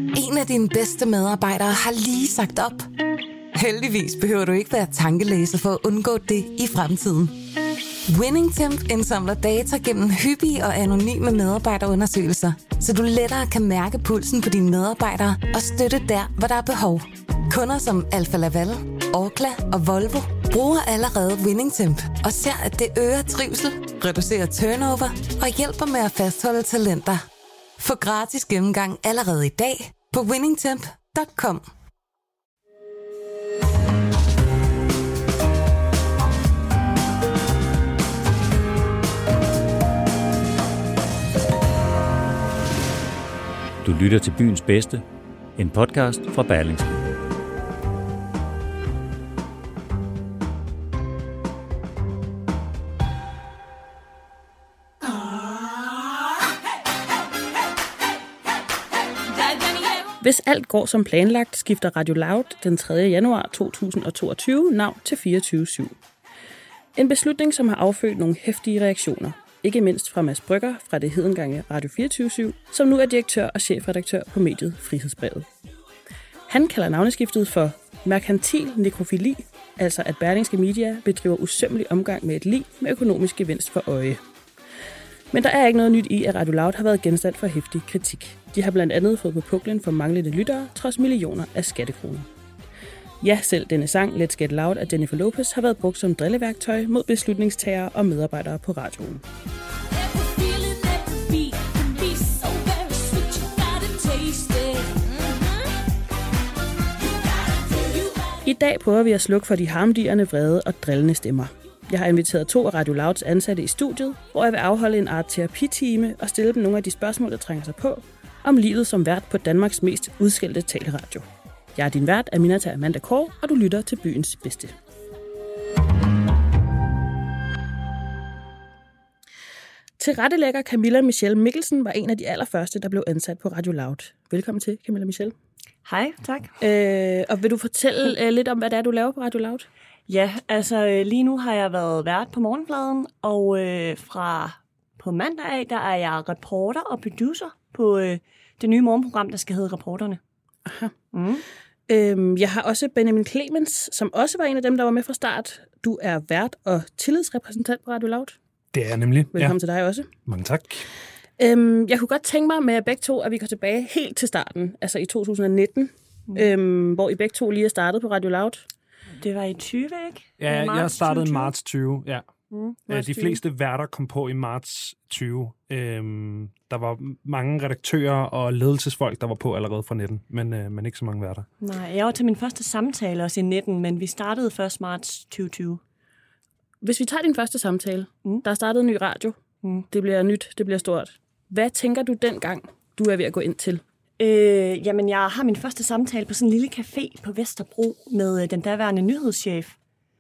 En af dine bedste medarbejdere har lige sagt op. Heldigvis behøver du ikke være tankelæser for at undgå det i fremtiden. WinningTemp indsamler data gennem hyppige og anonyme medarbejderundersøgelser, så du lettere kan mærke pulsen på dine medarbejdere og støtte der, hvor der er behov. Kunder som Alfa Laval, Orkla og Volvo bruger allerede WinningTemp og ser, at det øger trivsel, reducerer turnover og hjælper med at fastholde talenter. Få gratis gennemgang allerede i dag på winningtemp.com. Du lytter til Byens Bedste, en podcast fra Berlingske. Hvis alt går som planlagt, skifter Radio Loud den 3. januar 2022 navn til 24/7. En beslutning, som har affødt nogle heftige reaktioner. Ikke mindst fra Mads Brygger fra det hedengange Radio 24/7, som nu er direktør og chefredaktør på mediet Frihedsbrevet. Han kalder navneskiftet for merkantil nekrofili, altså at Berlingske Media bedriver usømmelig omgang med et lig med økonomisk gevinst for øje. Men der er ikke noget nyt i, at Radio Loud har været genstand for heftig kritik. De har blandt andet fået på puklen for manglende lyttere, trods millioner af skattekroner. Ja, selv denne sang, Let's Get Loud af Jennifer Lopez, har været brugt som drilleværktøj mod beslutningstagere og medarbejdere på radioen. I dag prøver vi at slukke for de harmdirrende, vrede og drillende stemmer. Jeg har inviteret 2 af Radio Louds ansatte i studiet, hvor jeg vil afholde en art terapitime og stille dem nogle af de spørgsmål, der trænger sig på, om livet som vært på Danmarks mest udskældte taleradio. Jeg er din vært, Aminata Amanda Kåre, og du lytter til Byens Bedste. Tilrettelægger Camilla Michelle Mikkelsen var en af de allerførste, der blev ansat på Radio Loud. Velkommen til, Camilla Michelle. Hej, tak. Og vil du fortælle lidt om, hvad det er, du laver på Radio Loud? Ja, altså lige nu har jeg været vært på Morgenfladen, og på mandag af, der er jeg reporter og producer på det nye morgenprogram, der skal hedde Reporterne. Aha. Jeg har også Benjamin Clemens, som også var en af dem, der var med fra start. Du er vært og tillidsrepræsentant på Radio Loud. Det er jeg nemlig. Velkommen til dig også. Mange tak. Jeg kunne godt tænke mig med jer begge to, at vi går tilbage helt til starten, altså i 2019, hvor I begge to lige er startet på Radio Loud. Det var i 20, ikke? Ja, jeg startede i marts 20, ja. Marts De 20. fleste værter kom på i marts 20. Der var mange redaktører og ledelsesfolk, der var på allerede fra 19, men ikke så mange værter. Nej, jeg var til min første samtale også i 19, men vi startede først marts 2020. Hvis vi tager din første samtale, der er startet en ny radio. Det bliver nyt, det bliver stort. Hvad tænker du dengang, du er ved at gå ind til? Jamen, jeg har min første samtale på sådan en lille café på Vesterbro med den daværende nyhedschef.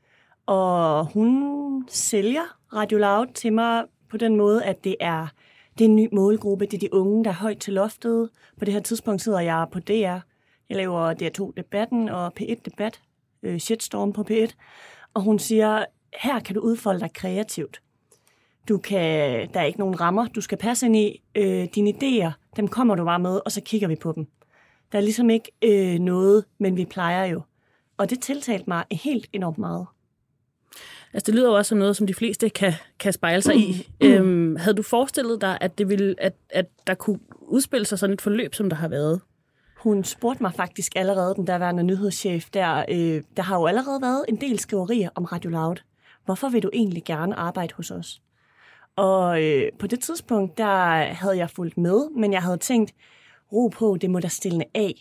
Og hun sælger Radio Loud til mig på den måde, at det er en ny målgruppe. Det er de unge, der er højt til loftet. På det her tidspunkt sidder jeg på DR. Jeg laver DR2-debatten og P1-debat. Shitstorm på P1. Og hun siger, her kan du udfolde dig kreativt. Der er ikke nogen rammer, du skal passe ind i. Dine idéer, dem kommer du bare med, og så kigger vi på dem. Der er ligesom ikke noget, men vi plejer jo. Og det tiltalte mig helt enormt meget. Altså, det lyder jo også som noget, som de fleste kan spejle sig i. Havde du forestillet dig, at der kunne udspille sig sådan et forløb, som der har været? Hun spurgte mig faktisk allerede, den daværende nyhedschef, der har jo allerede været en del skriverier om Radio Loud. Hvorfor vil du egentlig gerne arbejde hos os? Og på det tidspunkt, der havde jeg fulgt med, men jeg havde tænkt, ro på, det må der stille af.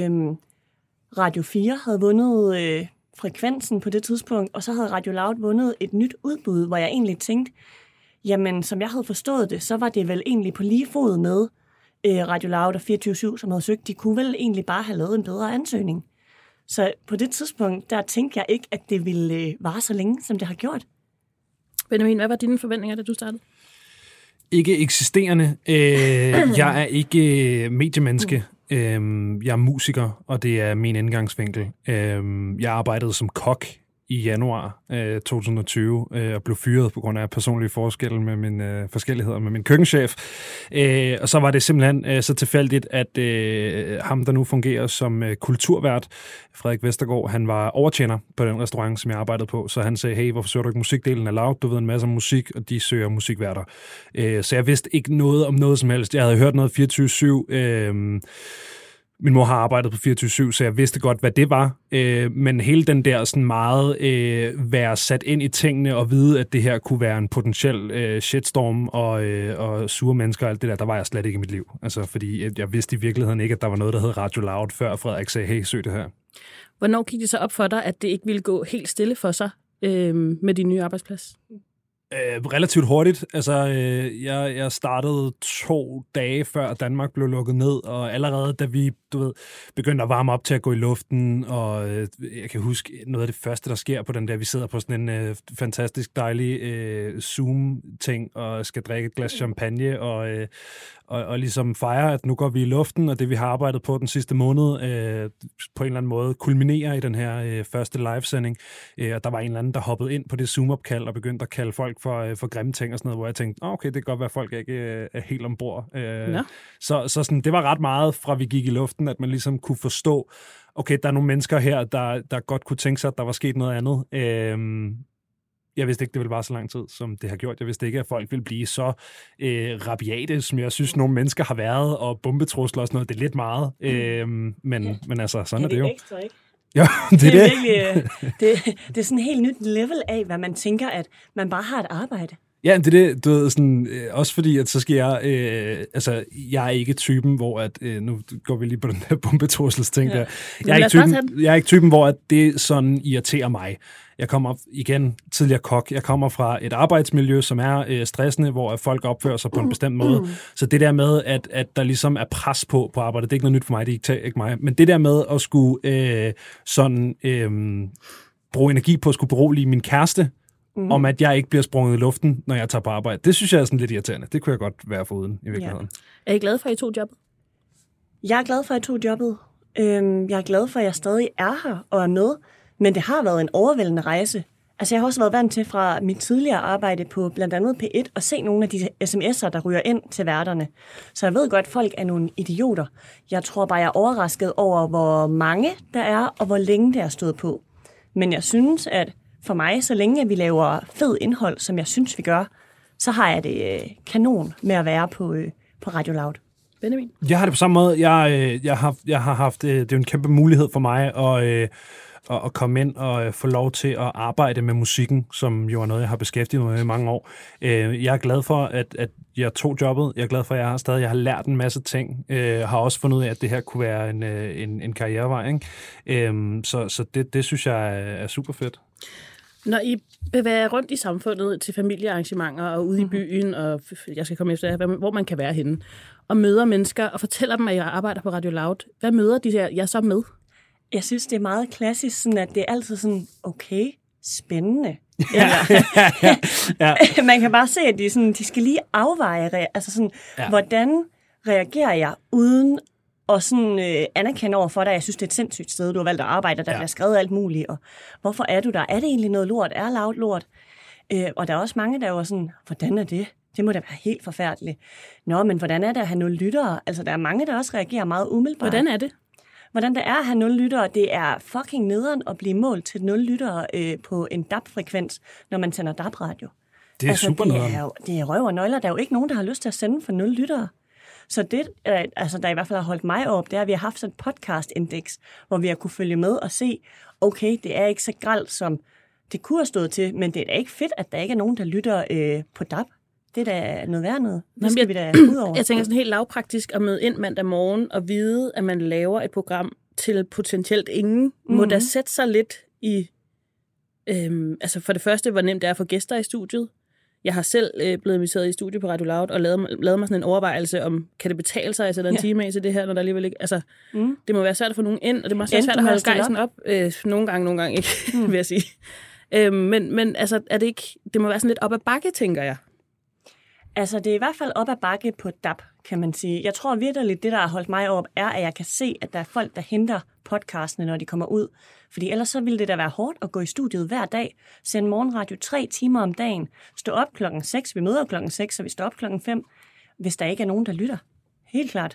Radio 4 havde vundet frekvensen på det tidspunkt, og så havde Radio Loud vundet et nyt udbud, hvor jeg egentlig tænkte, jamen som jeg havde forstået det, så var det vel egentlig på lige fod med Radio Loud og 24/7, som havde søgt. De kunne vel egentlig bare have lavet en bedre ansøgning. Så på det tidspunkt, der tænkte jeg ikke, at det ville vare så længe, som det har gjort. Benjamin, hvad var dine forventninger, da du startede? Ikke eksisterende. Jeg er ikke mediemenneske. Jeg er musiker, og det er min indgangsvinkel. Jeg arbejdede som kok i januar 2020 og blev fyret på grund af personlige forskelle med forskelligheder med min køkkenchef. Og så var det simpelthen så tilfældigt, at ham, der nu fungerer som kulturvært, Frederik Vestergaard, han var overtjener på den restaurant, som jeg arbejdede på. Så han sagde, hey, hvorfor søger du ikke musikdelen af Loud? Du ved en masse om musik, og de søger musikværter. Så jeg vidste ikke noget om noget som helst. Jeg havde hørt noget 24/7. Min mor har arbejdet på 24/7, så jeg vidste godt, hvad det var. Men hele den der sådan meget være sat ind i tingene og vide, at det her kunne være en potentiel shitstorm og sure mennesker og alt det der var jeg slet ikke i mit liv. Altså, fordi jeg vidste i virkeligheden ikke, at der var noget, der hed Radio Loud, før Frederik sagde, hey, søg det her. Hvornår gik det så op for dig, at det ikke ville gå helt stille for sig med din nye arbejdsplads? Relativt hurtigt. Altså, jeg startede 2 dage før Danmark blev lukket ned, og allerede da vi, begyndte at varme op til at gå i luften, og jeg kan huske noget af det første, der sker på den der, vi sidder på sådan en fantastisk dejlig Zoom-ting, og skal drikke et glas champagne, og ligesom fejre, at nu går vi i luften, og det vi har arbejdet på den sidste måned, på en eller anden måde kulminerer i den her første livesending. Og der var en eller anden, der hoppede ind på det Zoom-opkald og begyndte at kalde folk for grimme ting og sådan noget, hvor jeg tænkte, okay, det kan godt være, at folk ikke er helt ombord. Så sådan, det var ret meget fra vi gik i luften, at man ligesom kunne forstå, okay, der er nogle mennesker her, der godt kunne tænke sig, at der var sket noget andet. Jeg vidste ikke, det ville vare så lang tid, som det har gjort. Jeg vidste ikke, at folk ville blive så rabiate, som jeg synes, nogle mennesker har været, og bombetrusler og sådan noget. Det er lidt meget, men altså, sådan er det jo. Ekstra, ikke? Ja, det er virkelig, det er sådan en helt nyt level af, hvad man tænker, at man bare har et arbejde. Ja, det er det, du ved, sådan, også fordi, at så skal jeg, jeg er ikke typen, hvor at, nu går vi lige på den der bombetruselsting der. Jeg er ikke typen, hvor at det sådan irriterer mig. Jeg kommer igen tidligere kok. Jeg kommer fra et arbejdsmiljø, som er stressende, hvor folk opfører sig på en bestemt måde. Så det der med, at der ligesom er pres på arbejdet, det er ikke noget nyt for mig, det er ikke mig. Men det der med at skulle bruge energi på at skulle berolige min kæreste, om at jeg ikke bliver sprunget i luften, når jeg tager på arbejde. Det synes jeg er sådan lidt irriterende. Det kunne jeg godt være foruden i virkeligheden. Ja. Er I glad for, at I tog jobbet? Jeg er glad for, at jeg tog jobbet. Jeg er glad for, at jeg stadig er her og er med. Men det har været en overvældende rejse. Altså, jeg har også været vant til fra mit tidligere arbejde på blandt andet P1 at se nogle af de sms'er, der ryger ind til værterne. Så jeg ved godt, at folk er nogle idioter. Jeg tror bare, jeg er overrasket over, hvor mange der er, og hvor længe det er stået på. Men jeg synes, at for mig, så længe vi laver fed indhold, som jeg synes, vi gør, så har jeg det kanon med at være på Radio Loud. Benjamin? Jeg har det på samme måde. Jeg har haft, det er jo en kæmpe mulighed for mig at komme ind og få lov til at arbejde med musikken, som jo er noget, jeg har beskæftiget mig med i mange år. Jeg er glad for, at jeg tog jobbet. Jeg er glad for, at jeg har lært en masse ting. Har også fundet ud af, at det her kunne være en karrierevej. Ikke? Så det synes jeg er super fedt. Når I bevæger rundt i samfundet til familiearrangementer og ude i byen, og jeg skal komme efter hvor man kan være henne, og møder mennesker og fortæller dem, at jeg arbejder på Radio Loud, hvad møder de der jeg så med? Jeg synes, det er meget klassisk, sådan at det er altid sådan, okay, spændende. Ja. Man kan bare se, at de skal lige afveje, altså sådan, hvordan reagerer jeg uden og sådan anerkende over for dig, jeg synes, det er et sindssygt sted, du har valgt at arbejde, der bliver skrevet alt muligt, og hvorfor er du der? Er det egentlig noget lort? Er Loud lort? Og der er også mange, der er sådan, hvordan er det? Det må da være helt forfærdeligt. Nå, men hvordan er det at have 0 lyttere? Altså, der er mange, der også reagerer meget umiddelbart. Hvordan er det? Hvordan det er at have 0 lyttere, det er fucking nederen at blive målt til 0 lyttere på en DAB-frekvens, når man sender DAB-radio. Det er super nederen. Det er røv og nøgler. Der er jo ikke nogen, der har lyst til at sende for 0 lyttere. Så det, der i hvert fald har holdt mig op, det er, at vi har haft sådan et podcast-indeks, hvor vi har kunne følge med og se, okay, det er ikke så grelt, som det kunne have stået til, men det er da ikke fedt, at der ikke er nogen, der lytter på DAB. Det er da noget værd noget. Det skal vi da ud over. Jeg tænker sådan helt lavpraktisk at møde ind mandag morgen og vide, at man laver et program til potentielt ingen, må da sætte sig lidt i... altså for det første, hvor nemt det er at få gæster i studiet. Jeg har selv blevet inviteret i studiet på Radio Loud og lavet mig sådan en overvejelse om, kan det betale sig at sætte en time af til det her, når der alligevel ikke... Altså, det må være svært at få nogen ind, og det må også være svært at holde gejsen op. Nogle gange ikke, vil jeg sige. Men altså, er det ikke... Det må være sådan lidt op ad bakke, tænker jeg. Altså, det er i hvert fald op ad bakke på DAB, kan man sige. Jeg tror virkelig, det, der har holdt mig op, er, at jeg kan se, at der er folk, der henter podcastene, når de kommer ud. Fordi ellers så ville det da være hårdt at gå i studiet hver dag, sende morgenradio 3 timer om dagen, stå op 6:00, vi møder 6:00, så vi står op 5:00, hvis der ikke er nogen, der lytter. Helt klart.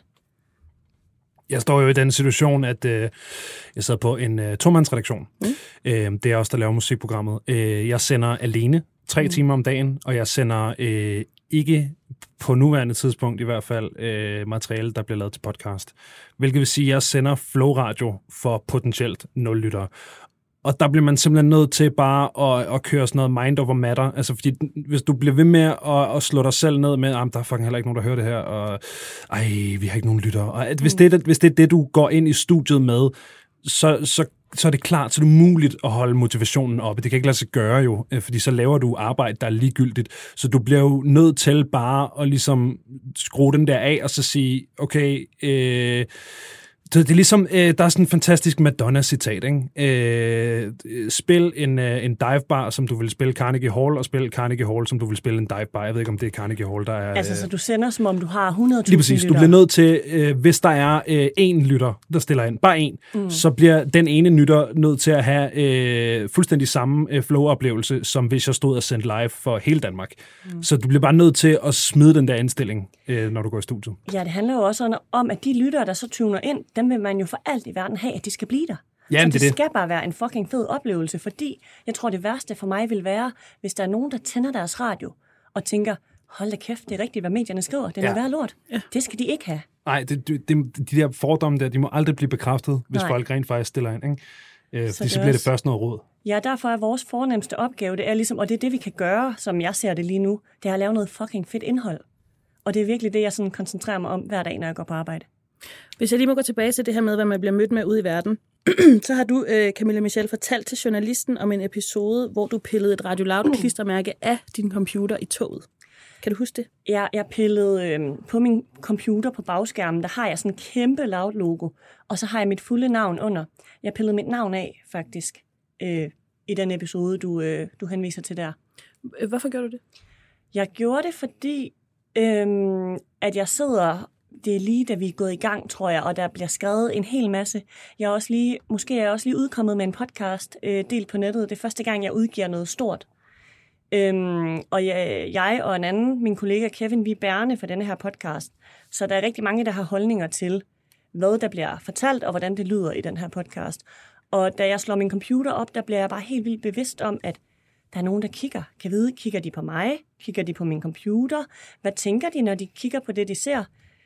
Jeg står jo i den situation, at jeg sidder på en tomandsredaktion. Det er også der laver musikprogrammet. Jeg sender alene 3 timer om dagen, og jeg sender ikke på nuværende tidspunkt i hvert fald materiale, der bliver lavet til podcast. Hvilket vil sige, at jeg sender Flow Radio for potentielt 0 lyttere. Og der bliver man simpelthen nødt til bare at køre sådan noget mind over matter. Altså, fordi hvis du bliver ved med at slå dig selv ned med, der er fucking heller ikke nogen, der hører det her, og vi har ikke nogen lyttere. Og hvis det er det, du går ind i studiet med, så er det klart, så er det muligt at holde motivationen oppe. Det kan ikke lade sig gøre jo, fordi så laver du arbejde, der er ligegyldigt. Så du bliver jo nødt til bare at ligesom skrue den der af, og så sige, okay, det er ligesom, der er sådan en fantastisk Madonna-citat, ikke? Spil en divebar, som du vil spille Carnegie Hall, og spil Carnegie Hall, som du vil spille en divebar. Jeg ved ikke, om det er Carnegie Hall, der er... Altså, så du sender, som om du har 100.000 lige præcis. lytter. Du bliver nødt til, hvis der er én lytter, der stiller ind, bare én, så bliver den ene lytter nødt til at have fuldstændig samme flow-oplevelse, som hvis jeg stod og sendte live for hele Danmark. Så du bliver bare nødt til at smide den der indstilling, når du går i studiet. Ja, det handler jo også om, at de lyttere, der så tuner ind, dem vil man jo for alt i verden have, at de skal blive der. Jamen, så det skal bare være en fucking fed oplevelse, fordi jeg tror, det værste for mig vil være, hvis der er nogen, der tænder deres radio og tænker, hold da kæft, det er rigtigt, hvad medierne skriver. Det er værd lort. Ja. Det skal de ikke have. Nej, de der fordomme der, de må aldrig blive bekræftet, hvis folk rent faktisk stiller ind, ikke? Så bliver det først noget råd. Ja, derfor er vores fornemste opgave, det er ligesom, og det er det, vi kan gøre, som jeg ser det lige nu, det er at lave noget fucking fedt indhold. Og det er virkelig det, jeg sådan koncentrerer mig om hver dag, når jeg går på arbejde. Hvis jeg lige må gå tilbage til det her med, hvad man bliver mødt med ude i verden, så har du, Camilla Michelle, fortalt til journalisten om en episode, hvor du pillede et Radio Loud-klistermærke af din computer i toget. Kan du huske det? Ja, jeg pillede på min computer på bagskærmen, der har jeg sådan en kæmpe Loud-logo, og så har jeg mit fulde navn under. Jeg pillede mit navn af, faktisk, i den episode, du henviser til der. Hvorfor gjorde du det? Jeg gjorde det, fordi at jeg sidder... Det er lige, da vi er gået i gang, tror jeg, og der bliver skrevet en hel masse. Måske er jeg også lige udkommet med en podcast delt på nettet. Det er første gang, jeg udgiver noget stort. Og jeg og en anden, min kollega Kevin, vi er bærende for denne her podcast. Så der er rigtig mange, der har holdninger til, hvad der bliver fortalt, og hvordan det lyder i den her podcast. Og da jeg slår min computer op, der bliver jeg bare helt vildt bevidst om, at der er nogen, der kigger. Kan vide, kigger de på mig? Kigger de på min computer? Hvad tænker de, når de kigger på det, de ser?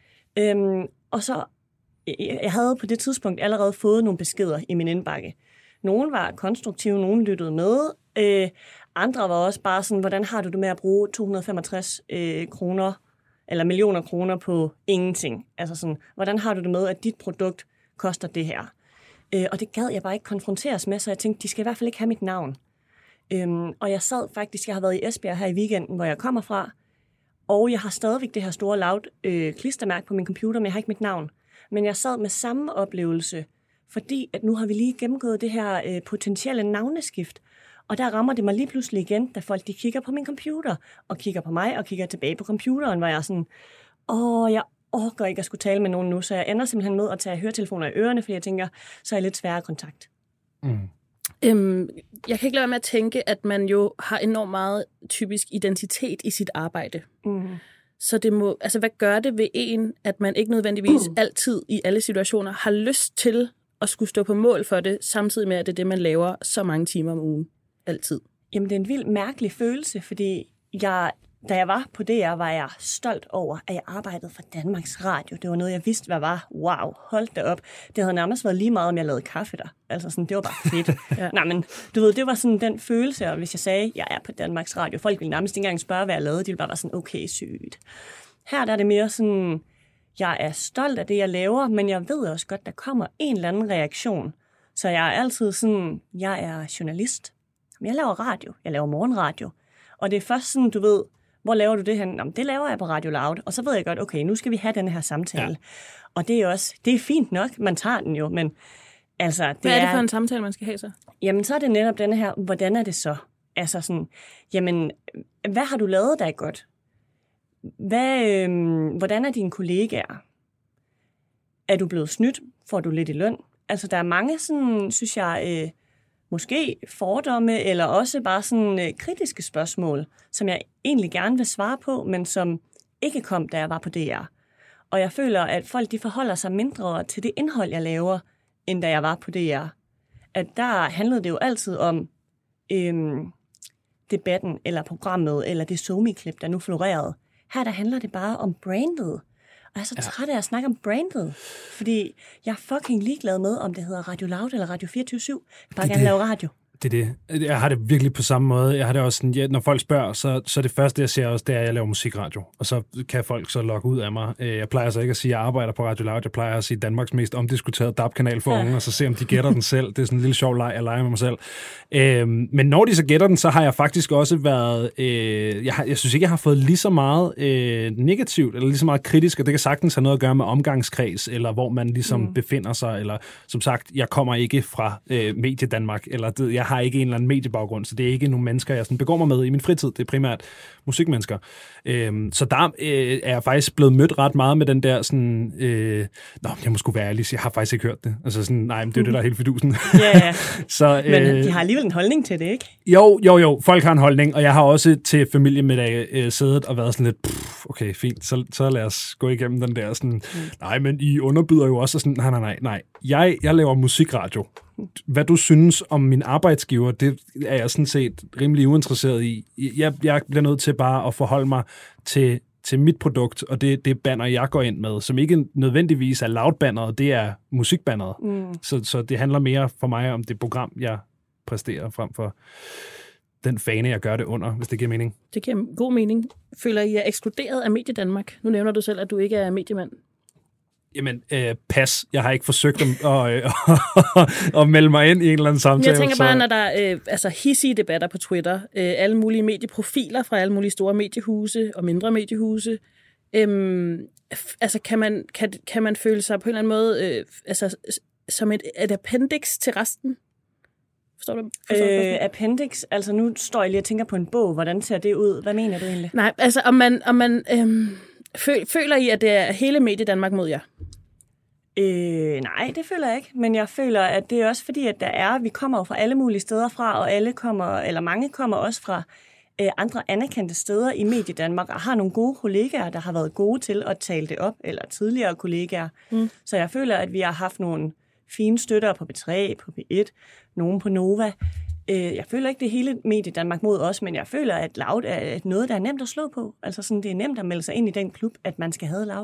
Og så, jeg havde på det tidspunkt allerede fået nogle beskeder i min indbakke. Nogle var konstruktive, nogle lyttede med. Andre var også bare sådan, hvordan har du det med at bruge 265 kroner eller millioner kroner på ingenting? Altså sådan, hvordan har du det med, at dit produkt koster det her? Og det gad jeg bare ikke konfronteres med, så jeg tænkte, de skal i hvert fald ikke have mit navn. Og jeg har været i Esbjerg her i weekenden, hvor jeg kommer fra, og jeg har stadigvæk det her store Loud klistermærke på min computer, men jeg har ikke mit navn. Men jeg sad med samme oplevelse, fordi at nu har vi lige gennemgået det her potentielle navneskift. Og der rammer det mig lige pludselig igen, da folk de kigger på min computer, og kigger på mig, og kigger tilbage på computeren, hvor jeg er sådan, jeg orker ikke at skulle tale med nogen nu, så jeg ender simpelthen med at tage høretelefoner i ørerne, fordi jeg tænker, så er jeg lidt sværere kontakt. Jeg kan ikke lade være med at tænke, at man jo har enormt meget typisk identitet i sit arbejde. Så det må, altså hvad gør det ved en, at man ikke nødvendigvis altid i alle situationer har lyst til at skulle stå på mål for det, samtidig med, at det er det, man laver så mange timer om ugen. Altid. Jamen, det er en vild mærkelig følelse, fordi da jeg var på DR, var jeg stolt over, at jeg arbejdede for Danmarks Radio. Det var noget, jeg vidste, hvad var. Wow, hold da op. Det havde nærmest været lige meget, om jeg lavede kaffe der. Altså sådan, det var bare fedt. Ja. Nej, men du ved, det var sådan den følelse, og hvis jeg sagde, at jeg er på Danmarks Radio, folk ville nærmest ikke engang spørge, hvad jeg lavede. De ville bare være sådan, okay, sygt. Her der er det mere sådan, jeg er stolt af det, jeg laver, men jeg ved også godt, der kommer en eller anden reaktion. Så jeg er altid sådan, jeg er journalist. Jeg laver radio. Jeg laver morgenradio. Og det er først sådan, du ved, hvor laver du det her? Jamen, det laver jeg på Radio Loud. Og så ved jeg godt, okay, nu skal vi have den her samtale. Ja. Og det er fint nok, man tager den jo, men altså... Hvad er det for en samtale, man skal have så? Jamen, så er det netop denne her, hvordan er det så? Altså sådan, jamen, hvad har du lavet dig godt? Hvordan er dine kollegaer? Er du blevet snydt? Får du lidt i løn? Altså, der er mange sådan, synes jeg, måske fordomme, eller også bare sådan kritiske spørgsmål, som jeg egentlig gerne vil svare på, men som ikke kom, da jeg var på DR. Og jeg føler, at folk de forholder sig mindre til det indhold, jeg laver, end da jeg var på DR. At der handlede det jo altid om debatten, eller programmet, eller det SoMe-klip, der nu florerede. Her der handler det bare om brandet. Og jeg er så træt af at snakke om brandet. Fordi jeg er fucking ligeglad med, om det hedder Radio Loud eller Radio 24/7. Jeg vil bare gerne lave radio. Det er det. Jeg har det virkelig på samme måde. Jeg har det også sådan, når folk spørger, så det første, jeg siger også, det er, at jeg laver musikradio. Og så kan folk så logge ud af mig. Jeg plejer så ikke at sige, at jeg arbejder på Radio Loud. Jeg plejer at sige Danmarks mest omdiskuterede DAB-kanal for unge, og så se, om de gætter den selv. Det er sådan en lille sjov leg, jeg leger med mig selv. Men når de så gætter den, så har jeg faktisk også været... Jeg synes ikke, jeg har fået lige så meget negativt, eller lige så meget kritisk, og det kan sagtens have noget at gøre med omgangskreds, eller hvor man ligesom befinder sig, eller som sagt, jeg kommer ikke fra Medie Danmark, eller jeg har ikke en eller anden mediebaggrund, så det er ikke nogle mennesker, jeg sådan begår mig med i min fritid. Det er primært musikmennesker. Så der er jeg faktisk blevet mødt ret meget med den der sådan... jeg må sgu være ærlig, jeg har faktisk ikke hørt det. Altså sådan, nej, men det er det, der er helt fidusen. Ja, så, men de har alligevel en holdning til det, ikke? Jo, folk har en holdning, og jeg har også til familiemiddag siddet og været sådan lidt, okay, fint, så lad os gå igennem den der sådan, nej, men I underbyder jo også sådan, nej. Jeg laver musikradio. Hvad du synes om min arbejdsgiver, det er jeg sådan set rimelig uinteresseret i. Jeg bliver nødt til bare at forholde mig til mit produkt, og det banner, jeg går ind med, som ikke nødvendigvis er Loud-banneret, det er musikbanneret. Så det handler mere for mig om det program, jeg præsterer, frem for den fane, jeg gør det under, hvis det giver mening. Det giver god mening. Føler I er ekskluderet af Medie Danmark? Nu nævner du selv, at du ikke er mediemand. Jamen, pas. Jeg har ikke forsøgt at melde mig ind i en eller anden samtale. Jeg tænker bare, når der er hidsige debatter på Twitter, alle mulige medieprofiler fra alle mulige store mediehuse og mindre mediehuse, kan man føle sig på en eller anden måde som et appendix til resten? Forstår du? Appendix, altså nu står jeg lige og tænker på en bog. Hvordan ser det ud? Hvad mener du egentlig? Nej, altså om man føler I, at det er hele Medie Danmark mod jer? Nej, det føler jeg ikke. Men jeg føler, at det er også fordi, at vi kommer jo fra alle mulige steder fra, og mange kommer også fra andre anerkendte steder i Medie Danmark, og har nogle gode kollegaer, der har været gode til at tale det op, eller tidligere kollegaer. Så jeg føler, at vi har haft nogle fine støtter på B3, på B1, nogen på Nova. Jeg føler ikke, det hele Medie Danmark mod os, men jeg føler, at Loud er noget, der er nemt at slå på. Altså sådan, det er nemt at melde sig ind i den klub, at man skal have Loud.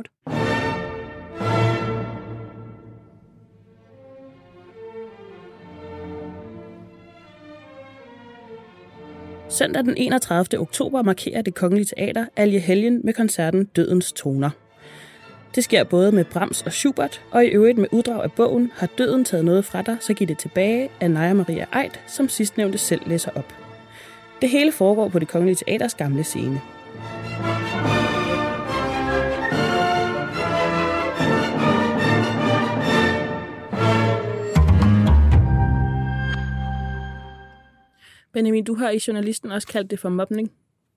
Søndag den 31. oktober markerer Det Kongelige Teater Allhelgen med koncerten Dødens Toner. Det sker både med Brahms og Schubert, og i øvrigt med uddrag af bogen Har døden taget noget fra dig, så giv det tilbage af Naja Maria Aidt, som sidstnævnte selv læser op. Det hele foregår på Det Kongelige Teaters gamle scene. Benjamin, du har i Journalisten også kaldt det for mobning.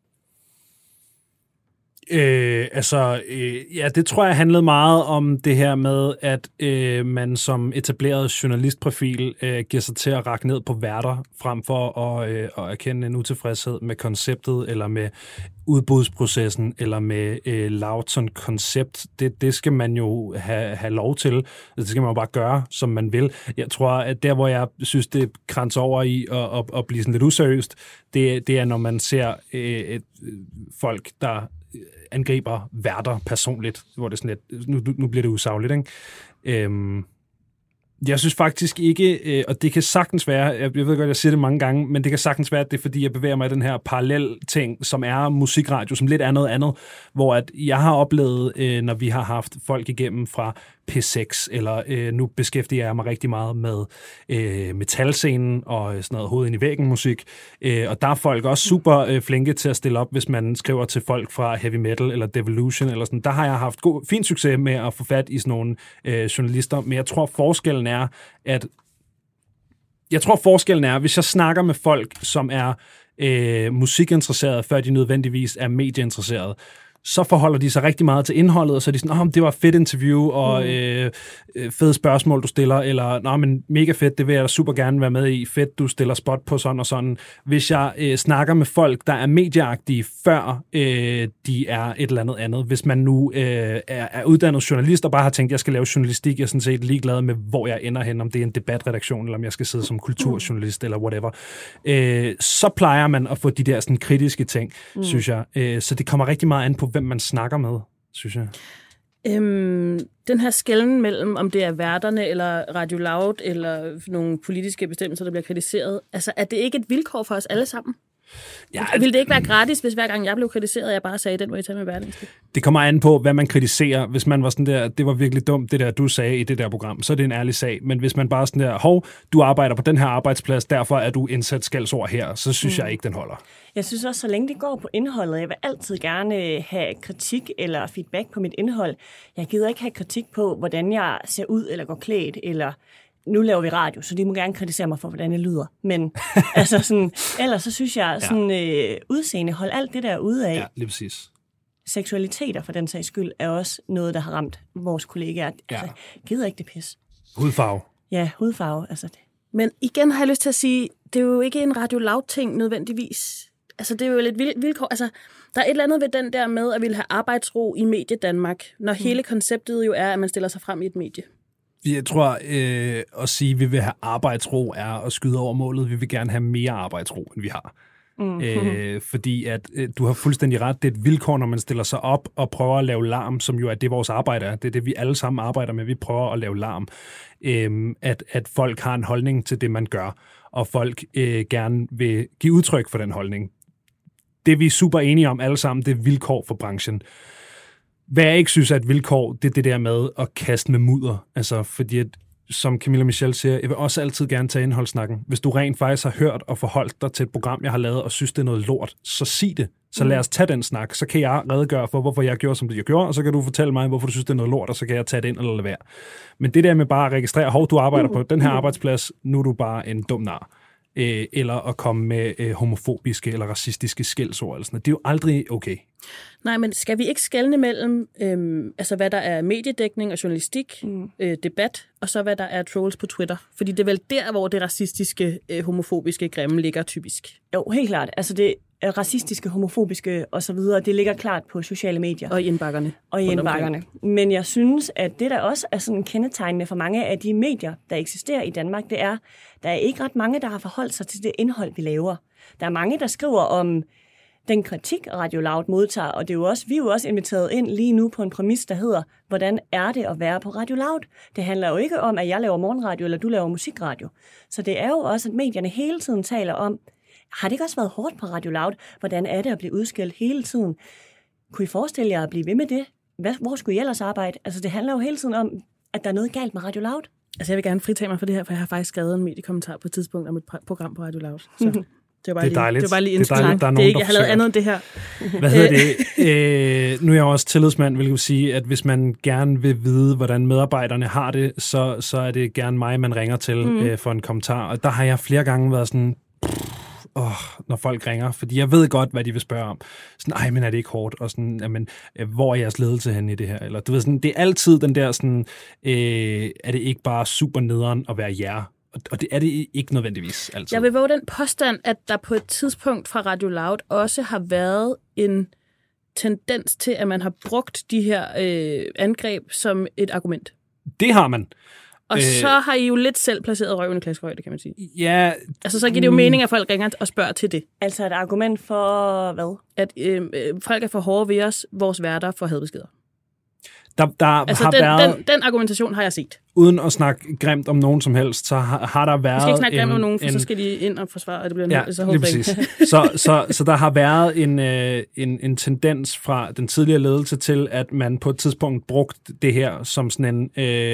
Det tror jeg handlede meget om det her med, at man som etableret journalistprofil giver sig til at rakke ned på værter, frem for at erkende en utilfredshed med konceptet, eller med udbudsprocessen, eller med Loud som koncept. Det skal man jo have lov til. Det skal man jo bare gøre, som man vil. Jeg tror, at der, hvor jeg synes, det grænser over i at blive sådan lidt useriøst, det er, når man ser folk, der angriber værter personligt, hvor det er sådan lidt, nu bliver det usagligt, ikke? Jeg synes faktisk ikke, og det kan sagtens være, jeg ved godt, jeg siger det mange gange, men det kan sagtens være, at det er, fordi jeg bevæger mig i den her parallel ting, som er musikradio, som lidt er noget andet, hvor at jeg har oplevet, når vi har haft folk igennem fra P6, eller nu beskæftiger jeg mig rigtig meget med metalscenen og sådan noget hoved ind i væggen musik, og der er folk også super flinke til at stille op, hvis man skriver til folk fra heavy metal eller Devolution eller sådan. Der har jeg haft fin succes med at få fat i sådan nogle journalister, men jeg tror forskellen er, hvis jeg snakker med folk, som er musikinteresserede, før de nødvendigvis er medieinteresserede, så forholder de sig rigtig meget til indholdet, og så er de sådan, det var et fedt interview, og fede spørgsmål, du stiller, eller, men mega fedt, det vil jeg da super gerne være med i, fedt, du stiller spot på sådan og sådan. Hvis jeg snakker med folk, der er medieagtige, før de er et eller andet. Hvis man nu er uddannet journalist, og bare har tænkt, jeg skal lave journalistik, jeg er sådan set ligeglad med, hvor jeg ender hen, om det er en debatredaktion, eller om jeg skal sidde som kulturjournalist, eller whatever. Så plejer man at få de der sådan kritiske ting, synes jeg. Så det kommer rigtig meget an på, hvem man snakker med, synes jeg. Den her skelnen mellem, om det er værterne, eller Radio Loud, eller nogle politiske bestemmelser, der bliver kritiseret, altså er det ikke et vilkår for os alle sammen? Ja, ville det ikke være gratis, hvis hver gang jeg blev kritiseret, jeg bare sagde, den må I tage med Berlingske? Det kommer an på, hvad man kritiserer. Hvis man var sådan der, det var virkelig dumt, det der, du sagde i det der program, så er det en ærlig sag. Men hvis man bare sådan der, du arbejder på den her arbejdsplads, derfor er du indsat skældsord her, så synes jeg ikke, den holder. Jeg synes også, så længe det går på indholdet, jeg vil altid gerne have kritik eller feedback på mit indhold. Jeg gider ikke have kritik på, hvordan jeg ser ud eller går klædt, eller nu laver vi radio, så de må gerne kritisere mig for, hvordan jeg lyder. Men altså sådan, ellers så synes jeg, sådan udseende, hold alt det der ude af. Ja, lige præcis. Seksualiteter for den sags skyld er også noget, der har ramt vores kollegaer. Altså, gider ikke det pis. Hudfarve. Ja, hudfarve. Altså det. Men igen har jeg lyst til at sige, det er jo ikke en Radio Loud-ting nødvendigvis. Altså det er jo lidt vilkår. Altså, der er et eller andet ved den der med, at ville have arbejdsro i Medie Danmark, når hele konceptet jo er, at man stiller sig frem i et medie. Jeg tror, at sige, at vi vil have arbejdsro, er at skyde over målet. Vi vil gerne have mere arbejdsro, end vi har. Fordi at du har fuldstændig ret. Det er et vilkår, når man stiller sig op og prøver at lave larm, som jo er det, vores arbejde er. Det er det, vi alle sammen arbejder med. Vi prøver at lave larm. At folk har en holdning til det, man gør, og folk gerne vil give udtryk for den holdning. Det vi er super enige om alle sammen, det er vilkår for branchen. Hvad jeg ikke synes er et vilkår, det er det der med at kaste med mudder. Altså, fordi at, som Camilla Michel siger, jeg vil også altid gerne tage indholdssnakken. Hvis du rent faktisk har hørt og forholdt dig til et program, jeg har lavet, og synes, det er noget lort, så sig det. Så lad os tage den snak. Så kan jeg redegøre for, hvorfor jeg gjorde, som det jeg gjorde, og så kan du fortælle mig, hvorfor du synes, det er noget lort, og så kan jeg tage det ind eller lade være. Men det der med bare at registrere, du arbejder på den her arbejdsplads, nu er du bare en dum nar. Eller at komme med homofobiske eller racistiske skældsord. Eller sådan. Det er jo aldrig okay. Nej, men skal vi ikke skelne mellem, altså hvad der er mediedækning og journalistik, debat, og så hvad der er trolls på Twitter? Fordi det er vel der, hvor det racistiske, homofobiske, grimme ligger typisk. Jo, helt klart. Altså det racistiske, homofobiske og så videre, det ligger klart på sociale medier. Og i indbakkerne. Men jeg synes, at det der også er sådan kendetegnende for mange af de medier, der eksisterer i Danmark, det er, der er ikke ret mange, der har forholdt sig til det indhold, vi laver. Der er mange, der skriver om den kritik, Radio Loud modtager, og det er jo også, vi er jo også inviteret ind lige nu på en præmis, der hedder, hvordan er det at være på Radio Loud? Det handler jo ikke om, at jeg laver morgenradio, eller du laver musikradio. Så det er jo også, at medierne hele tiden taler om, har det ikke også været hårdt på Radio Loud? Hvordan er det at blive udskilt hele tiden? Kunne I forestille jer at blive ved med det? Hvor skulle I ellers arbejde? Altså, det handler jo hele tiden om, at der er noget galt med Radio Loud. Altså, jeg vil gerne fritage mig for det her, for jeg har faktisk skrevet en mediekommentar på et tidspunkt om et program på Radio Loud. Så det var dejligt. Det var bare lige det er dejligt, der er nogen, jeg har lavet andet end det her. Hvad hedder det? Nu er jeg også tillidsmand, hvilket vil sige, at hvis man gerne vil vide, hvordan medarbejderne har det, så er det gerne mig, man ringer til for en kommentar. Og der har jeg flere gange været sådan, når folk ringer, fordi jeg ved godt, hvad de vil spørge om. Sådan, men er det ikke hårdt? Og sådan, jamen, hvor er jeres ledelse henne i det her? Eller du ved sådan, det er altid den der sådan, er det ikke bare super nederen at være jer? Og det er det ikke nødvendigvis altid. Jeg vil våge den påstand, at der på et tidspunkt fra Radio Loud også har været en tendens til, at man har brugt de her angreb som et argument. Det har man. Og så har I jo lidt selv placeret røven i klaskehøjde, kan man sige. Ja. Altså, så giver det jo mening, at folk ringer og spørger til det. Altså et argument for hvad? At folk er for hårde ved os, vores værter får hadbeskeder. Der altså, har været... Den argumentation har jeg set. Uden at snakke grimt om nogen som helst, så har der været... Vi skal ikke snakke grimt om nogen, for så skal de ind og forsvare, og det bliver så præcis. så der har været en tendens fra den tidligere ledelse til, at man på et tidspunkt brugte det her som sådan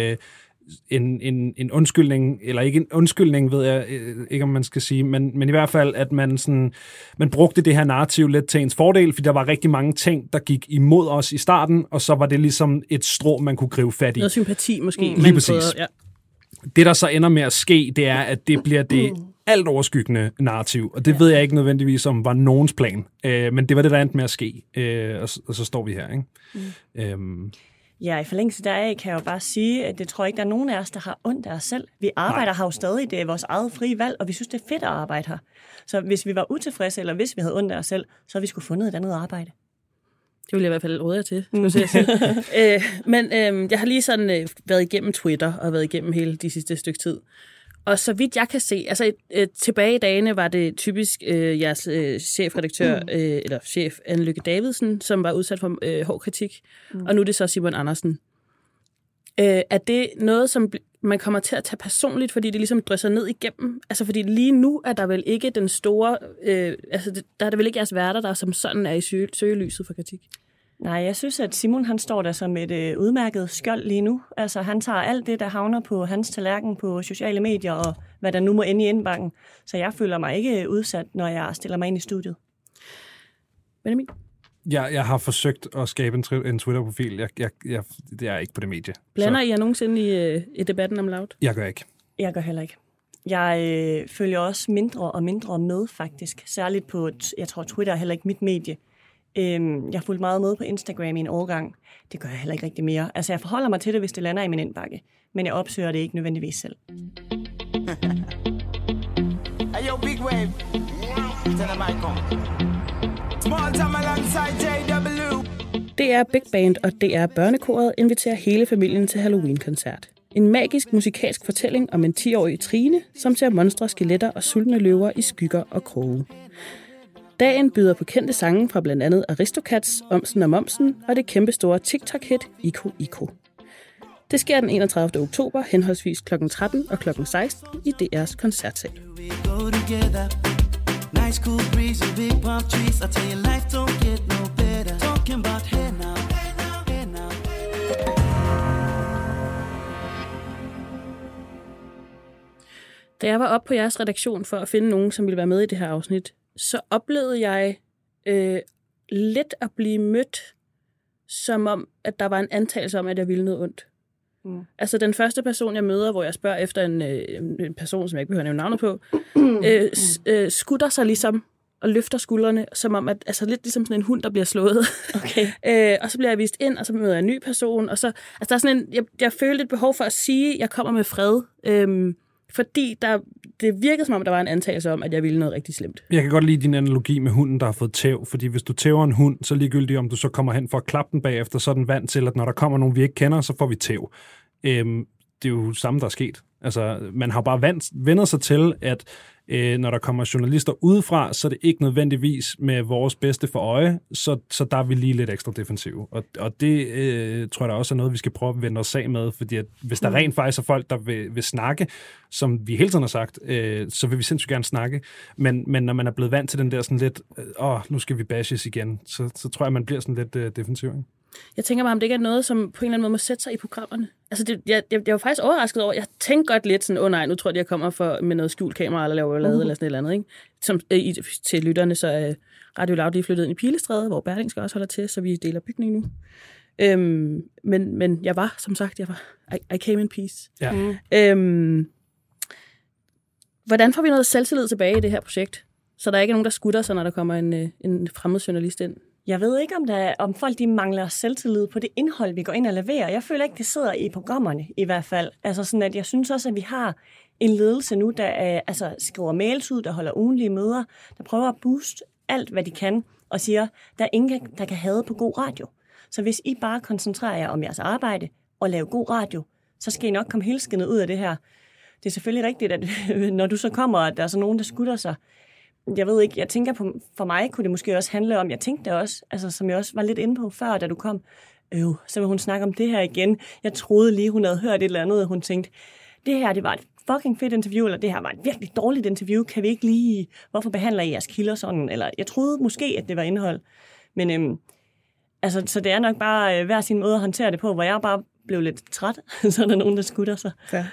en undskyldning, eller ikke en undskyldning, ved jeg ikke, om man skal sige, men i hvert fald, at man brugte det her narrativ lidt til ens fordel, fordi der var rigtig mange ting, der gik imod os i starten, og så var det ligesom et strå, man kunne gribe fat i. Noget sympati måske. Lige præcis. Ja. Det, der så ender med at ske, det er, at det bliver det alt overskyggende narrativ, og det ved jeg ikke nødvendigvis om var nogens plan, men det var det, der endte med at ske, og så står vi her, ikke? Ja, i forlængelse deraf kan jeg jo bare sige, at det tror jeg ikke, der er nogen af os, der har ondt af os selv. Vi arbejder her jo stadig, det er vores eget frie valg, og vi synes, det er fedt at arbejde her. Så hvis vi var utilfredse, eller hvis vi havde ondt af os selv, så havde vi skulle fundet et andet arbejde. Det vil jeg i hvert fald råde jer til, men jeg har lige sådan været igennem Twitter og været igennem hele de sidste stykke tid. Og så vidt jeg kan se, altså tilbage i dagene var det typisk jeres chefredaktør, eller chef Anne Lykke Davidsen, som var udsat for hård kritik, og nu er det så Simon Andersen. Er det noget, som man kommer til at tage personligt, fordi det ligesom drysser ned igennem? Altså fordi lige nu er der vel ikke den store, der er det vel ikke jeres værter, der som sådan er i søgelyset for kritik? Nej, jeg synes, at Simon han står der som et udmærket skjold lige nu. Altså han tager alt det, der havner på hans tallerken på sociale medier, og hvad der nu må ende i indbakken. Så jeg føler mig ikke udsat, når jeg stiller mig ind i studiet. Benjamin? Jeg har forsøgt at skabe en Twitter-profil. Det er ikke på det medie. Blander I jer nogensinde i debatten om Loud? Jeg gør ikke. Jeg gør heller ikke. Jeg følger også mindre og mindre med, faktisk. Særligt på, jeg tror, Twitter er heller ikke mit medie. Jeg har fulgt meget med på Instagram i en årgang. Det gør jeg heller ikke rigtig mere. Altså, jeg forholder mig til det, hvis det lander i min indbakke. Men jeg opsøger det ikke nødvendigvis selv. Hey, yo, Big Wave. Tell them I come. Small time alongside JW. DR Big Band og DR Børnekoret inviterer hele familien til Halloween-koncert. En magisk musikalsk fortælling om en 10-årig Trine, som ser monstre, skeletter og sultne løver i skygger og kroge. Dagen byder på kendte sange fra blandt andet Aristocats, Omsen og Momsen og det kæmpestore TikTok-hit Iko Iko. Det sker den 31. oktober, henholdsvis kl. 13 og kl. 16 i DR's koncertsal. Da jeg var oppe på jeres redaktion for at finde nogen, som ville være med i det her afsnit, så oplevede jeg lidt at blive mødt, som om, at der var en antagelse om, at jeg ville noget ondt. Altså den første person, jeg møder, hvor jeg spørger efter en person, som jeg ikke behøver at nævne navnet på, skutter sig ligesom og løfter skuldrene, som om, at altså lidt ligesom sådan en hund, der bliver slået. Okay. Og så bliver jeg vist ind, og så møder jeg en ny person, og så, altså der er sådan jeg følte et behov for at sige, at jeg kommer med fred, fordi det virkede som om, der var en antagelse om, at jeg ville noget rigtig slemt. Jeg kan godt lide din analogi med hunden, der har fået tæv, fordi hvis du tæver en hund, så ligegyldigt om du så kommer hen for at klappe den bagefter, så er den vant til, at når der kommer nogen, vi ikke kender, så får vi tæv. Det er jo samme, der er sket. Altså, man har bare vendt sig til, at når der kommer journalister udefra, så er det ikke nødvendigvis med vores bedste for øje, så der er vi lige lidt ekstra defensive. Og det tror jeg da også er noget, vi skal prøve at vende os af med, fordi at hvis der rent faktisk er folk, der vil snakke, som vi hele tiden har sagt, så vil vi sindssygt gerne snakke. Men når man er blevet vant til den der sådan lidt, nu skal vi bashes igen, så tror jeg, man bliver sådan lidt defensiv. Ikke? Jeg tænker bare, om det ikke er noget, som på en eller anden måde må sætte sig i programmerne. Altså, jeg var faktisk overrasket over, jeg tænkte godt lidt sådan, nej, nu tror jeg, jeg kommer med noget skjult kamera, eller laver eller sådan et eller andet, ikke? Som, til lytterne, så er Radio Loud lige flyttet ind i Pilestræde, hvor Berlingske også holder til, så vi deler bygning nu. Men jeg var, som sagt, I came in peace. Ja. Hvordan får vi noget selvtillid tilbage i det her projekt, så der ikke er nogen, der skutter sig, når der kommer en fremmed journalist ind? Jeg ved ikke, om folk de mangler selvtillid på det indhold, vi går ind og leverer. Jeg føler ikke, det sidder i programmerne i hvert fald. Altså sådan, at jeg synes også, at vi har en ledelse nu, der skriver mails ud, der holder ugenlige møder, der prøver at booste alt, hvad de kan, og siger, der er ingen, der kan have på god radio. Så hvis I bare koncentrerer jer om jeres arbejde og laver god radio, så skal I nok komme helskindet ud af det her. Det er selvfølgelig rigtigt, at når du så kommer, at der er så nogen, der skutter sig. Jeg ved ikke, jeg tænker på, for mig kunne det måske også handle om, jeg tænkte også, altså som jeg også var lidt inde på før, da du kom, så vil hun snakke om det her igen. Jeg troede lige, hun havde hørt et eller andet, og hun tænkte, det her, det var et fucking fedt interview, eller det her var et virkelig dårligt interview, kan vi ikke lige, hvorfor behandler I jeres kilder sådan, eller jeg troede måske, at det var indhold. Men så det er nok bare hver sin måde at håndtere det på, hvor jeg bare blev lidt træt, så er der nogen, der skutter sig. Ja.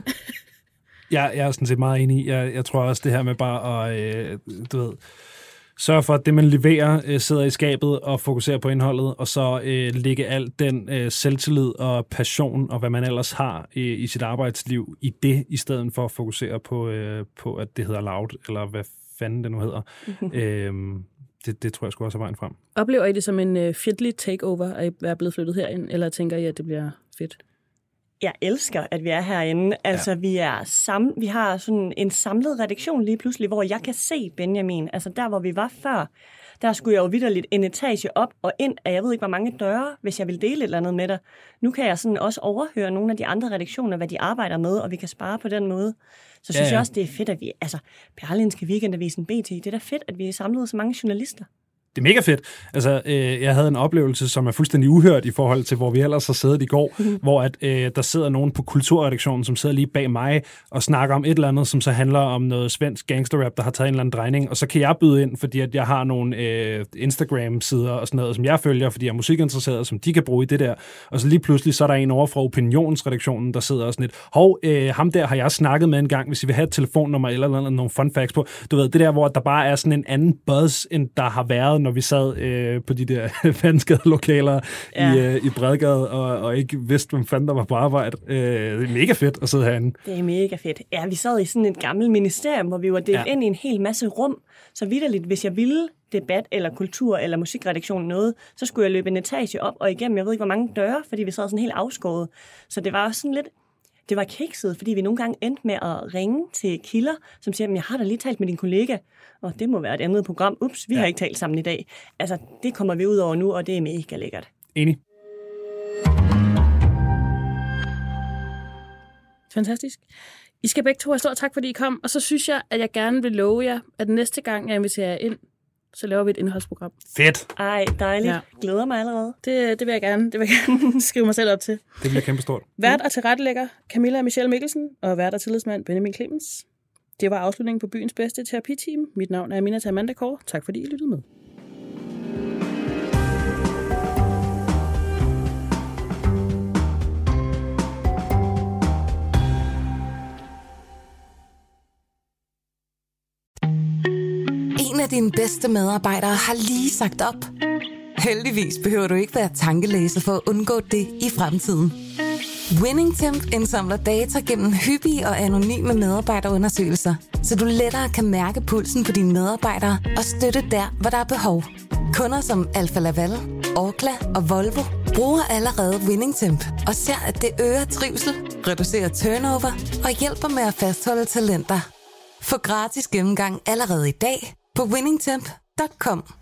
Jeg er sådan set meget enig. Jeg tror også det her med bare at, sørge for, at det, man leverer, sidder i skabet og fokuserer på indholdet, og så lægge alt den selvtillid og passion og hvad man ellers har i sit arbejdsliv i det, i stedet for at fokusere på at det hedder Loud, eller hvad fanden det nu hedder. Det tror jeg sgu også er vejen frem. Oplever I det som en fjendtlig takeover, at I er blevet flyttet herind, eller tænker I, at det bliver fedt? Jeg elsker, at vi er herinde. Altså, vi har sådan en samlet redaktion lige pludselig, hvor jeg kan se Benjamin. Altså, der hvor vi var før, der skulle jeg jo vitterligt en etage op og ind af, jeg ved ikke, hvor mange døre, hvis jeg vil dele et eller andet med dig. Nu kan jeg sådan også overhøre nogle af de andre redaktioner, hvad de arbejder med, og vi kan spare på den måde. Så synes jeg også, det er fedt, at vi... Altså, Berlingske Weekendavisen, BT, det er da fedt, at vi er samlet så mange journalister. Det er mega fedt. Altså, jeg havde en oplevelse, som er fuldstændig uhørt i forhold til, hvor vi ellers har siddet i går, hvor at, der sidder nogen på kulturredaktionen, som sidder lige bag mig og snakker om et eller andet, som så handler om noget svensk gangsterrap, der har taget en eller anden drejning, og så kan jeg byde ind, fordi at jeg har nogle Instagram-sider og sådan noget, som jeg følger, fordi jeg er musikinteresseret, som de kan bruge i det der. Og så lige pludselig, så er der en over fra opinionsredaktionen, der sidder og sådan lidt, ham der har jeg snakket med en gang, hvis I vil have et telefonnummer eller nogle fun facts på. Du ved, det der, hvor der bare er sådan en anden buzz, end der har været, når vi sad på de der vandskade lokaler i Bredgade, og ikke vidste, hvem fanden der var på arbejde. Det er mega fedt at sidde herinde. Det er mega fedt. Ja, vi sad i sådan et gammelt ministerium, hvor vi var delt ind i en hel masse rum. Så vitterligt, hvis jeg ville debat eller kultur eller musikredaktion noget, så skulle jeg løbe en etage op og igennem, jeg ved ikke, hvor mange døre, fordi vi sad sådan helt afskåret. Så det var også sådan lidt... Det var kikset, fordi vi nogle gange endte med at ringe til kilder, som siger, jeg har da lige talt med din kollega, og det må være et andet program. Ups, vi har ikke talt sammen i dag. Altså, det kommer vi ud over nu, og det er mega lækkert. Enig. Fantastisk. I skal begge to have stor tak, fordi I kom, og så synes jeg, at jeg gerne vil love jer, at næste gang, jeg inviterer jer ind, så laver vi et indholdsprogram. Fedt! Ej, dejligt. Ja. Glæder mig allerede. Det vil jeg gerne skrive mig selv op til. Det bliver kæmpestort. Vært og tilrettelægger Camilla Michelle Mikkelsen, og vært og tillidsmand Benjamin Clemens. Det var afslutningen på byens bedste terapiteam. Mit navn er Aminata Amanda Kåre. Tak fordi I lyttede med. En af dine bedste medarbejdere har lige sagt op. Heldigvis behøver du ikke være tankelæser for at undgå det i fremtiden. WinningTemp indsamler data gennem hyppige og anonyme medarbejderundersøgelser, så du lettere kan mærke pulsen på dine medarbejdere og støtte der, hvor der er behov. Kunder som Alfa Laval, Orkla og Volvo bruger allerede WinningTemp og ser, at det øger trivsel, reducerer turnover og hjælper med at fastholde talenter. Få gratis gennemgang allerede i dag på winningtemp.com.